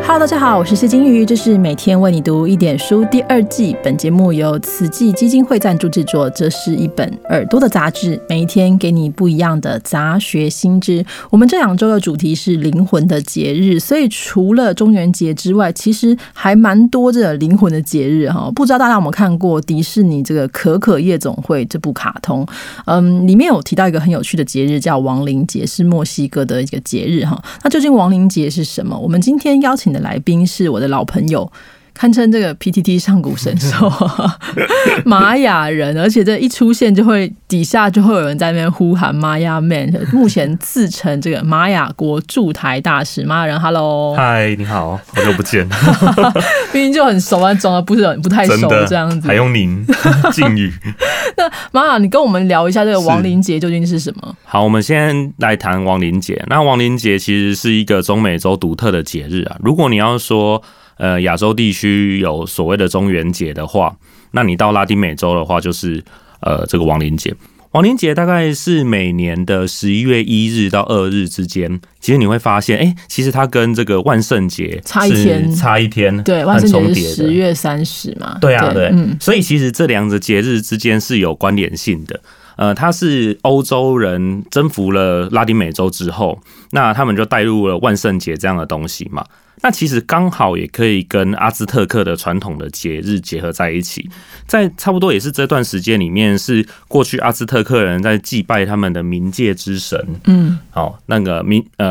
Hello， 大家好，我是谢金鱼，这是每天为你读一点书第2季。本节目由慈济基金会赞助制作，这是一本耳朵的杂志，每一天给你不一样的杂学新知。我们这2周的主题是灵魂的节日，所以除了中元节之外，其实还蛮多这灵魂的节日哈。不知道大家有没有看过迪士尼这个《可可夜总会》这部卡通？里面有提到一个很有趣的节日，叫亡灵节，是墨西哥的一个节日哈。那究竟亡灵节是什么？我们今天邀请的来宾是我的老朋友，堪称这个 PTT 上古神兽玛雅人，而且这一出现就会底下就会有人在那边呼喊玛雅 man， 目前自称这个玛雅国驻台大使。玛雅人 Hello， 嗨，你好，好久不见。 明明就很熟，但装的不太熟这样子， 还用您敬语。 那玛雅，你跟我们聊一下这个亡灵节究竟是什么？ 好，我们先来谈亡灵节。那亡灵节其实是一个中美洲独特的节日啊。如果你要说亚洲地区有所谓的中元节的话，那你到拉丁美洲的话就是这个亡灵节。亡灵节大概是每年的11月1日到2日之间，其实你会发现，其实它跟这个万圣节差一天， 对，万圣节是10月30嘛， 对啊，对，所以其实这2个节日之间是有关联性的。它是欧洲人征服了拉丁美洲之后，那他们就带入了万圣节这样的东西嘛。那其实刚好也可以跟阿兹特克的传统的节日结合在一起，在差不多也是这段时间里面，是过去阿兹特克人在祭拜他们的冥界之神，那个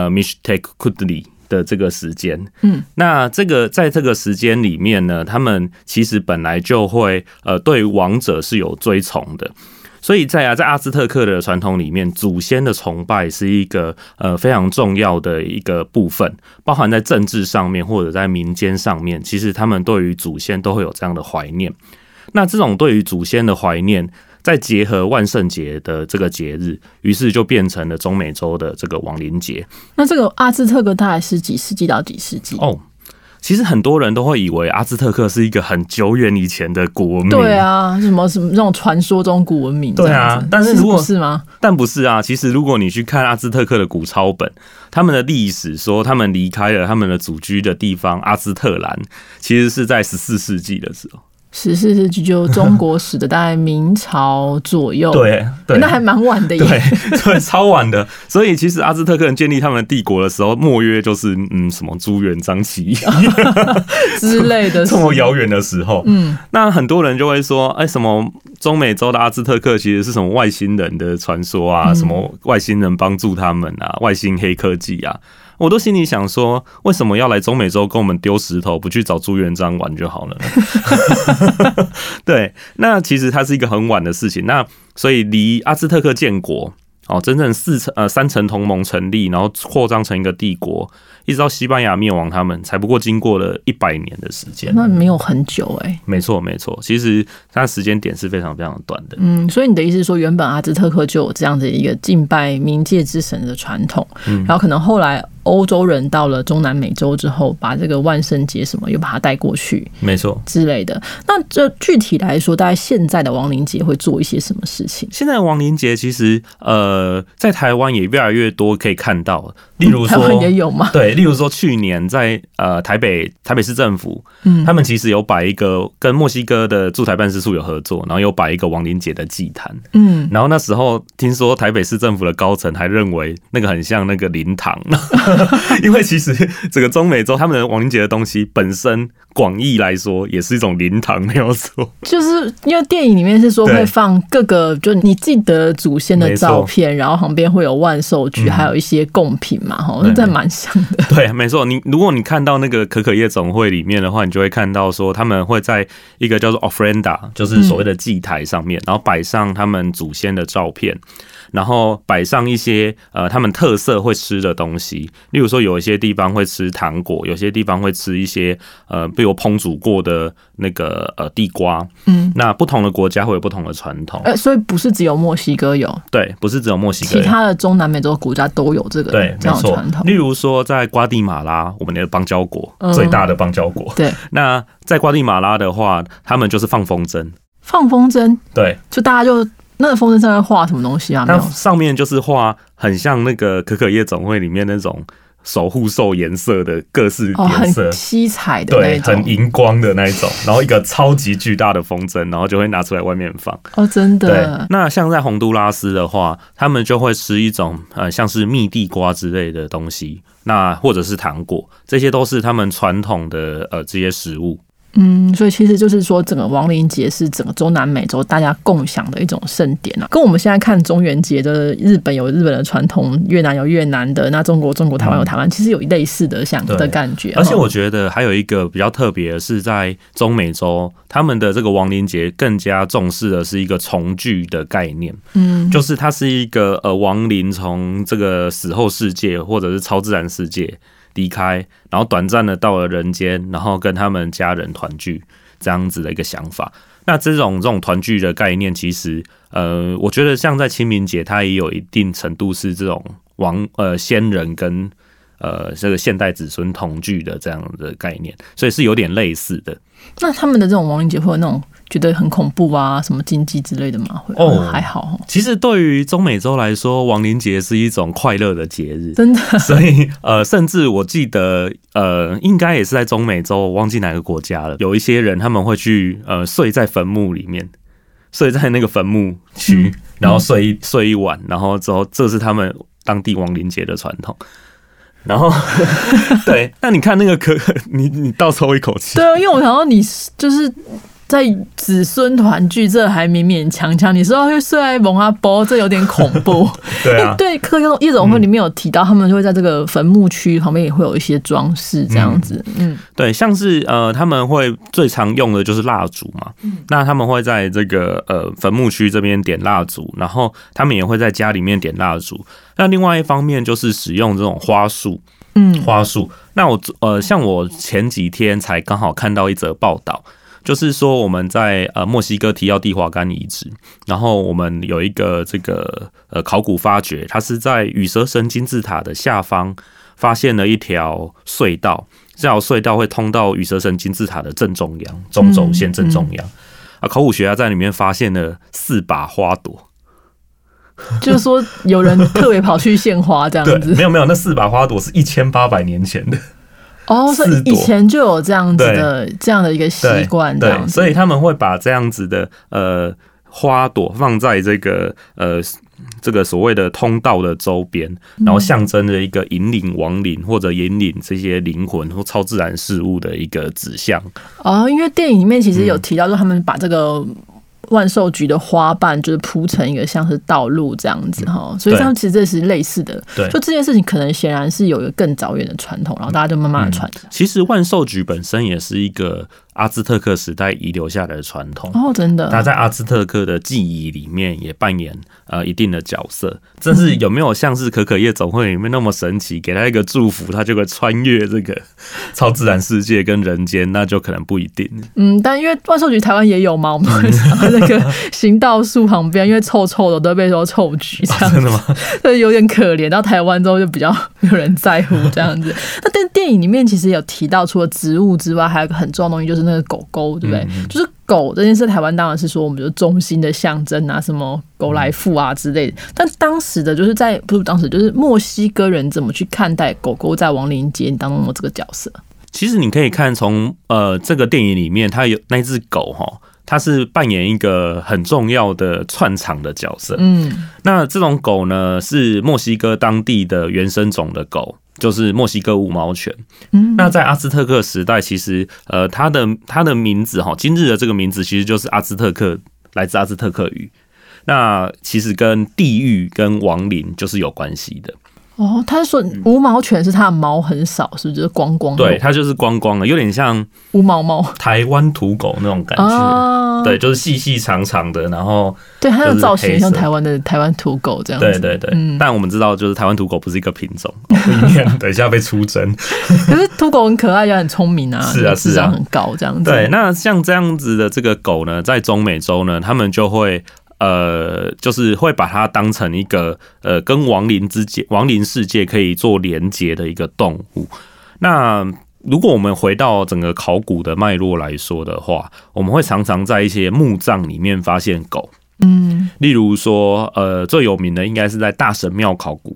Mixtecutli 的这个时间，那在这个时间里面呢，他们其实本来就会对王者是有追崇的。所以在阿兹特克的传统里面，祖先的崇拜是一个非常重要的一个部分，包含在政治上面或者在民间上面，其实他们对于祖先都会有这样的怀念。那这种对于祖先的怀念，再结合万圣节的这个节日，于是就变成了中美洲的这个亡灵节。 那这个阿兹特克大概是几世纪到几世纪？ 其实很多人都会以为阿兹特克是一个很久远以前的古文明， 对啊，什么那种传说中古文明， 对啊，但是如果不是吗？但不是啊。其实如果你去看阿兹特克的古抄本，他们的历史说他们离开了他们的祖居的地方阿兹特兰，其实是在14世纪的时候。 14世纪就中国史的大概明朝左右， 对， 那还蛮晚的耶， 对，超晚的。所以其实阿兹特克人建立他们的帝国的时候，莫约就是什么朱元璋起义之类的， 这么遥远的时候，那很多人就会说，什么中美洲的阿兹特克其实是什么外星人的传说啊，什么外星人帮助他们啊，外星黑科技啊。我都心里想说，为什么要来中美洲跟我们丢石头，不去找朱元璋玩就好了呢？对，那其实它是一个很晚的事情。那所以离阿兹特克建国真正3层同盟成立，然后扩张成一个帝国，一直到西班牙灭亡，他们才不过经过了100年的时间。 那没有很久没错，其实它时间点是非常非常短的。 所以你的意思是说，原本阿兹特克就有这样的一个敬拜冥界之神的传统，然后可能后来欧洲人到了中南美洲之后，把这个万圣节什么又把它带过去， 没错之类的。那这具体来说，大概现在的亡灵节会做一些什么事情？ 现在的亡灵节其实在台湾也越来越多可以看到，例如说台湾也有吗？ 对，例如说去年在台北市政府，他们其实有摆一个跟墨西哥的驻台办事处有合作，然后有摆一个亡灵节的祭坛。然后那时候听说台北市政府的高层还认为那个很像那个灵堂。因为其实整个中美洲他们的亡灵节的东西本身广义来说也是一种灵堂，没有错。 就是因为电影里面是说会放各个就你记得祖先的照片，然后旁边会有万寿菊，还有一些贡品嘛，那真的蛮像的。 对，没错。如果你看到那个可可夜总会里面的话，你就会看到说他们会在一个叫做 ofrenda， 就是所谓的祭台上面，然后摆上他们祖先的照片。然后摆上一些他们特色会吃的东西，例如说有一些地方会吃糖果，有些地方会吃一些被我烹煮过的那个地瓜。那不同的国家会有不同的传统。 所以不是只有墨西哥有？ 对，不是只有墨西哥有， 其他的中南美洲国家都有这个这样的传统。 例如说在瓜地马拉，我们的邦交国，最大的邦交国。 对， 那在瓜地马拉的话，他们就是放风筝。 放风筝？对，就大家就。那个风筝上面画什么东西啊？ 它上面就是画很像那个可可夜总会里面那种守护兽颜色的各式颜色， 很七彩的那种，对，很荧光的那一种，然后一个超级巨大的风筝，然后就会拿出来外面放。 真的。 对，那像在洪都拉斯的话，他们就会吃一种像是蜜地瓜之类的东西，那或者是糖果，这些都是他们传统的这些食物。 所以其实就是说，整个亡灵节是整个中南美洲大家共享的一种盛典啊。跟我们现在看中元节的日本有日本的传统，越南有越南的，那中国台湾有台湾，其实有类似的的感觉。 而且我觉得还有一个比较特别的是，在中美洲，他们的这个亡灵节更加重视的是一个重聚的概念。就是它是一个亡灵从这个死后世界或者是超自然世界离开，然后短暂的到了人间，然后跟他们家人团聚，这样子的一个想法。那这种团聚的概念，其实我觉得像在清明节，它也有一定程度是这种先人跟这个现代子孙同聚的这样的概念，所以是有点类似的。 那他们的这种亡灵节会有那种觉得很恐怖啊，什么禁忌之类的吗？还好。 其实对于中美洲来说，亡灵节是一种快乐的节日， 真的。 所以甚至我记得应该也是在中美洲，我忘记哪个国家了。有一些人他们会去睡在坟墓里面，睡在那个坟墓区，然后睡一晚，然后之后这是他们当地亡灵节的传统。然后，对，那你看那个你倒抽一口气。 对啊，因为我想到你就是在子孙团聚，这还勉勉强强。你说会睡在蒙阿波，这有点恐怖。 对啊， 对，夜总会里面有提到，他们就会在这个坟墓区旁边也会有一些装饰，这样子。 对，像是他们会最常用的就是蜡烛嘛。那他们会在这个坟墓区这边点蜡烛，然后他们也会在家里面点蜡烛。那另外一方面就是使用这种花束。花束。那像我前几天才刚好看到一则报道。就是说我们在墨西哥提奥蒂华干遗址，然后我们有一个这个考古发掘，它是在羽蛇神金字塔的下方发现了一条隧道，这条隧道会通到羽蛇神金字塔的正中央，中轴线正中央。考古学家在里面发现了4把花朵。 就是说有人特别跑去献花这样子。 没有，那4把花朵是1800年前的。 所以以前就有这样子的这样的一个习惯， 对，所以他们会把这样子的花朵放在这个所谓的通道的周边，然后象征着一个引领亡灵或者引领这些灵魂或超自然事物的一个指向。因为电影里面其实有提到说他们把这个万寿菊的花瓣就是铺成一个像是道路这样子哈，所以他们其实这是类似的。对，就这件事情可能显然是有一个更早远的传统，然后大家就慢慢的传。 其实万寿菊本身也是一个阿兹特克时代遗留下来的传统真的。 它在阿兹特克的记忆里面也扮演一定的角色。但是有没有像是可可夜总会里面那么神奇，给他一个祝福，他就会穿越这个超自然世界跟人间，那就可能不一定。 但因为万寿菊台湾也有嘛，我们会想在那个行道树旁边，因为臭臭的都被说臭菊这样子。真的吗？对，有点可怜。到台湾之后就比较没有人在乎这样子。那但电影里面其实有提到，除了植物之外，还有一个很重要的东西，就是那个狗狗，对不对？就是狗这件事，台湾当然是说我们就是忠心的象征啊，什么狗来富啊之类的。但当时的就是就是墨西哥人怎么去看待狗狗在亡灵节当中的这个角色？ 其实你可以看从这个电影里面，它有那只狗它是扮演一个很重要的串场的角色。那这种狗呢，是墨西哥当地的原生种的狗。就是墨西哥无毛犬。那在阿兹特克时代，其实它的名字今日的这个名字其实就是阿兹特克，来自阿兹特克语。那其实跟地狱跟亡灵就是有关系的。 他是说无毛犬是它的毛很少，是不是就是光光的？ 对，它就是光光的，有点像无毛猫台湾土狗那种感觉。对，就是细细长长的，然后对它的造型像台湾土狗这样子。 对，但我们知道，就是台湾土狗不是一个品种，等一下被出征。 可是土狗很可爱，也很聪明啊， 是啊， 智商很高这样子。 对，那像这样子的这个狗呢，在中美洲呢，他们就会就是会把它当成一个跟亡灵世界可以做连结的一个动物。那如果我们回到整个考古的脉络来说的话，我们会常常在一些墓葬里面发现狗。例如说最有名的应该是在大神庙考古。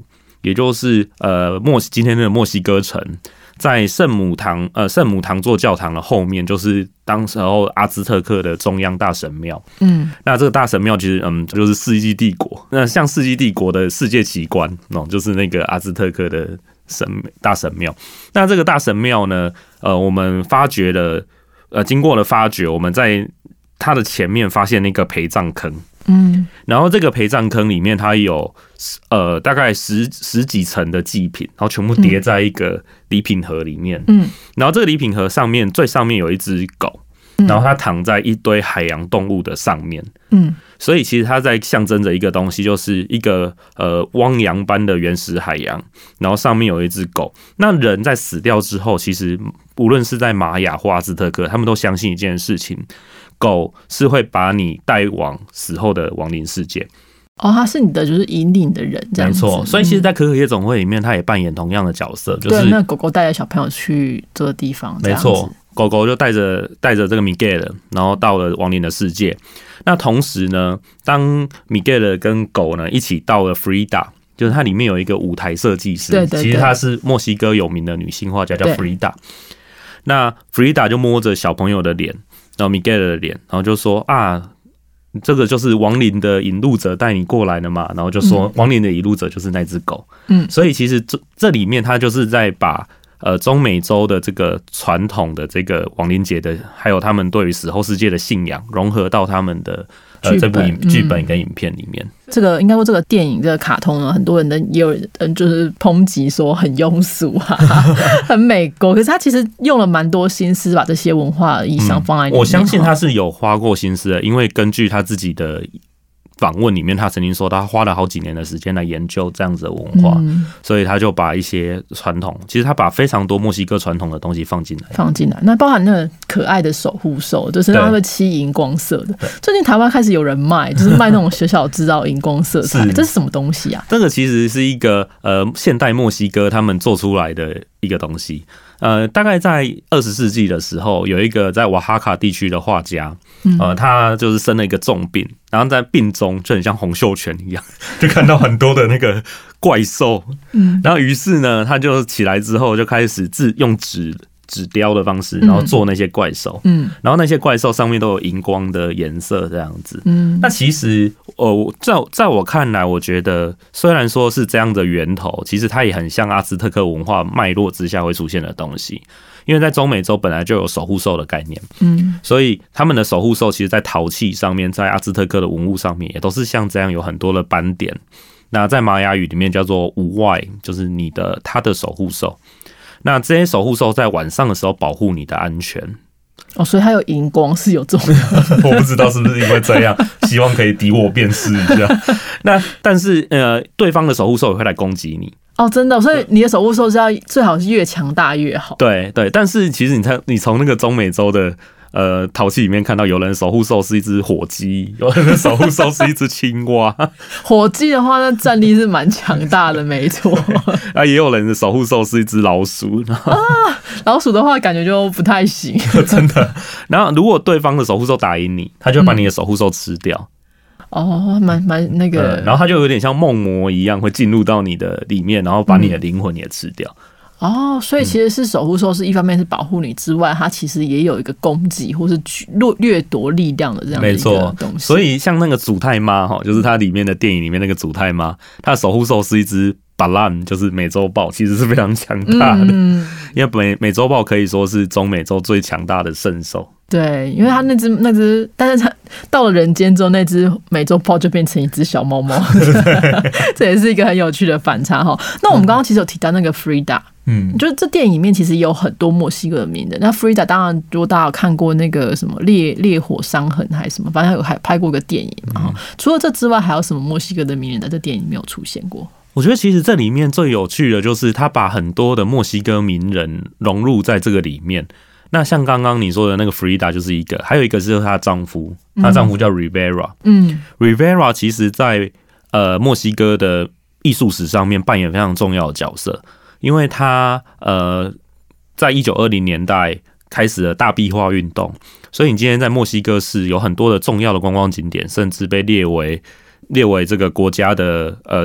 也就是今天的墨西哥城，在圣母堂座教堂的后面，就是当时候阿兹特克的中央大神庙。那这个大神庙其实就是世纪帝国。那像世纪帝国的世界奇观就是那个阿兹特克的大神庙。那这个大神庙呢，我们发掘了，经过了发掘，我们在它的前面发现那个陪葬坑。然后这个陪葬坑里面，它有大概十几层的祭品，然后全部叠在一个礼品盒里面。然后这个礼品盒最上面有一只狗，然后它躺在一堆海洋动物的上面。所以其实它在象征着一个东西，就是一个汪洋般的原始海洋，然后上面有一只狗。那人在死掉之后，其实无论是在玛雅或阿兹特克，他们都相信一件事情。狗是会把你带往死后的亡灵世界。 它是你的就是引领的人，这样子。 没错，所以其实，在可可夜总会里面，他也扮演同样的角色，就是对那狗狗带着小朋友去这个地方。 没错，狗狗就带着这个 Miguel， 然后到了亡灵的世界。那同时呢，当 Miguel 跟狗呢一起到了 Frida， 就是它里面有一个舞台设计师， 对， 其实她是墨西哥有名的女性画家，叫 Frida。那 Frida 就摸着小朋友的脸。然后 Miguel 的脸，然后就说这个就是亡灵的引路者带你过来的嘛，然后就说亡灵的引路者就是那只狗。所以其实这里面他就是在把中美洲的这个传统的这个亡灵节的，还有他们对于死后世界的信仰融合到他们的这部剧本跟影片里面。 这个应该说这个电影这个卡通呢，很多人也有人就是抨击说很庸俗很美国，可是他其实用了蛮多心思把这些文化的意象放在里面。 我相信他是有花过心思的，因为根据他自己的访问里面，他曾经说他花了好几年的时间来研究这样子的文化，所以他就把一些传统，其实他把非常多墨西哥传统的东西放进来。 那包含那个可爱的守护兽，就是那个漆荧光色的。最近台湾开始有人卖，就是卖那种小小制造荧光色彩，这是什么东西啊？ 这个其实是一个现代墨西哥他们做出来的一个东西。大概在20世纪的时候，有一个在瓦哈卡地区的画家，他就是生了一个重病，然后在病中就很像洪秀全一样，就看到很多的那个怪兽，然后于是呢，他就起来之后就开始用纸雕的方式，然后做那些怪兽，然后那些怪兽上面都有荧光的颜色这样子。那其实在我看来，我觉得虽然说是这样的源头，其实它也很像阿兹特克文化脉络之下会出现的东西。因为在中美洲本来就有守护兽的概念，所以他们的守护兽其实在陶器上面，在阿兹特克的文物上面也都是像这样有很多的斑点。那在玛雅语里面叫做无外，就是他的守护兽。那这些守护兽在晚上的时候保护你的安全。 所以它有荧光是有这种我不知道是不是因为这样，希望可以敌我辨识一下。但是对方的守护兽也会来攻击你。 真的，所以你的守护兽是最好是越强大越好。 对，但是其实你从那个中美洲的陶器里面看到，有人守护兽是一只火鸡，有人的守护兽是一只青蛙。 火鸡的话，那战力是蛮强大的，没错。 也有人的守护兽是一只老鼠。 老鼠的话感觉就不太行。 真的。然后如果对方的守护兽打赢你，他就会把你的守护兽吃掉。 蛮那个。 然后他就有点像梦魔一样，会进入到你的里面，然后把你的灵魂也吃掉。 所以其实是守护兽是一方面是保护你之外，它其实也有一个攻击或是掠夺力量的这样的一个东西。 所以像那个祖太妈就是它里面的电影里面那个祖太妈，它的守护兽是一只巴兰，就是美洲豹，其实是非常强大的。因为美洲豹可以说是中美洲最强大的圣兽。 对，因为它那只，但是它到了人间之后，那只美洲豹就变成一只小猫猫。这也是一个很有趣的反差哈。那我们刚刚其实有提到那个 Frida。就是这电影里面其实有很多墨西哥的名人。那 Frida 当然，如果大家有看过那个什么烈火伤痕还是什么，反正还拍过个电影嘛。除了这之外，还有什么墨西哥的名人在这电影里面有出现过？ 我觉得其实这里面最有趣的就是他把很多的墨西哥名人融入在这个里面。那像刚刚你说的那个 Frida 就是一个，还有一个是她丈夫，她丈夫叫 Rivera。Rivera 其实在墨西哥的艺术史上面扮演非常重要的角色。因为他在1920年代开始了大壁画运动，所以你今天在墨西哥市有很多的重要的观光景点，甚至被列为这个国家的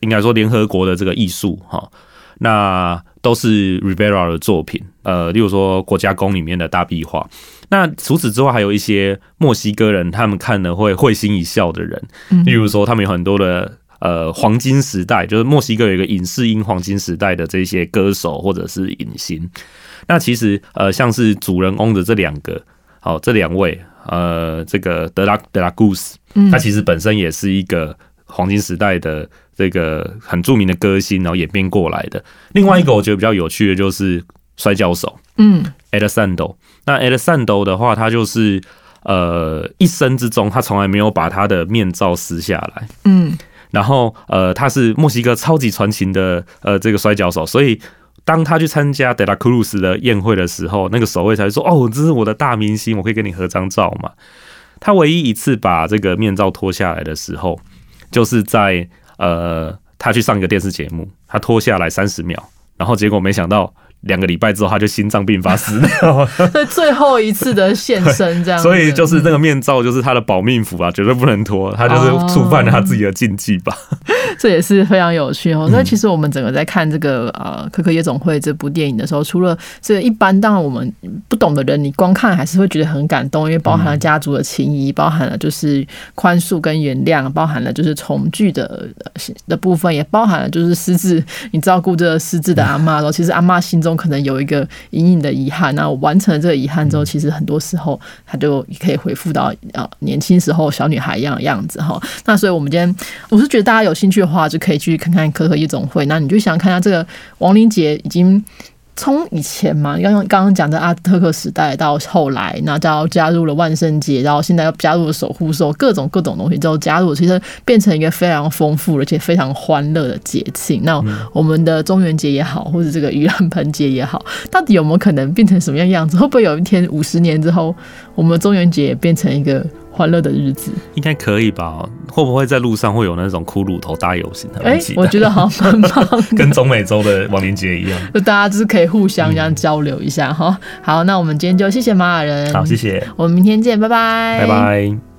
应该说联合国的这个艺术哈，那都是 Rivera 的作品，例如说国家宫里面的大壁画。那除此之外，还有一些墨西哥人，他们看了会心一笑的人，例如说他们有很多的黄金时代，就是墨西哥有一个影视音黄金时代的这些歌手或者是影星。那其实像是主人翁的这两位，这个德拉古斯，他其实本身也是一个黄金时代的这个很著名的歌星，然后演变过来的。另外一个我觉得比较有趣的就是摔跤手，Elizondo。那 Elizondo 的话，他就是一生之中他从来没有把他的面罩撕下来，然后他是墨西哥超级传奇的这个摔跤手，所以当他去参加德拉库鲁斯的宴会的时候，那个守卫才说：“哦，这是我的大明星，我可以跟你合张照嘛。”他唯一一次把这个面罩脱下来的时候，就是在他去上一个电视节目，他脱下来30秒，然后结果没想到2个礼拜之后他就心脏病发死掉， 所以最后一次的现身这样子， 所以就是那个面罩就是他的保命符啊，绝对不能脱，他就是触犯了他自己的禁忌吧。 这也是非常有趣哦。所以其实我们整个在看这个可可夜总会这部电影的时候，除了这个一般当然我们不懂的人，你光看还是会觉得很感动，因为包含了家族的情谊，包含了就是宽恕跟原谅，包含了就是重聚的部分，也包含了就是失智，你照顾这个失智的阿嬷的时候，其实阿嬷心中可能有一个隐隐的遗憾，那我完成了这个遗憾之后，其实很多时候他就可以恢复到年轻时候小女孩一样的样子哈。那所以我们今天我是觉得大家有兴趣的话，就可以去看看可可夜总会。那你就想看下这个亡灵节已经从以前嘛，刚刚讲的阿兹特克时代到后来，那到加入了万圣节，然后现在又加入了守护兽，各种东西都加入，其实变成一个非常丰富而且非常欢乐的节庆。那我们的中元节也好，或者这个盂兰盆节也好，到底有没有可能变成什么样子？会不会有一天50年之后，我们的中元节也变成一个欢乐的日子？ 应该可以吧？会不会在路上会有那种骷髅头大游行？ 我觉得好像蛮棒的， 跟中美洲的亡灵节一样， 就大家就是可以互相这样交流一下哈。好，那我们今天就谢谢马雅人， 好，谢谢， 我们明天见，拜拜， 拜拜。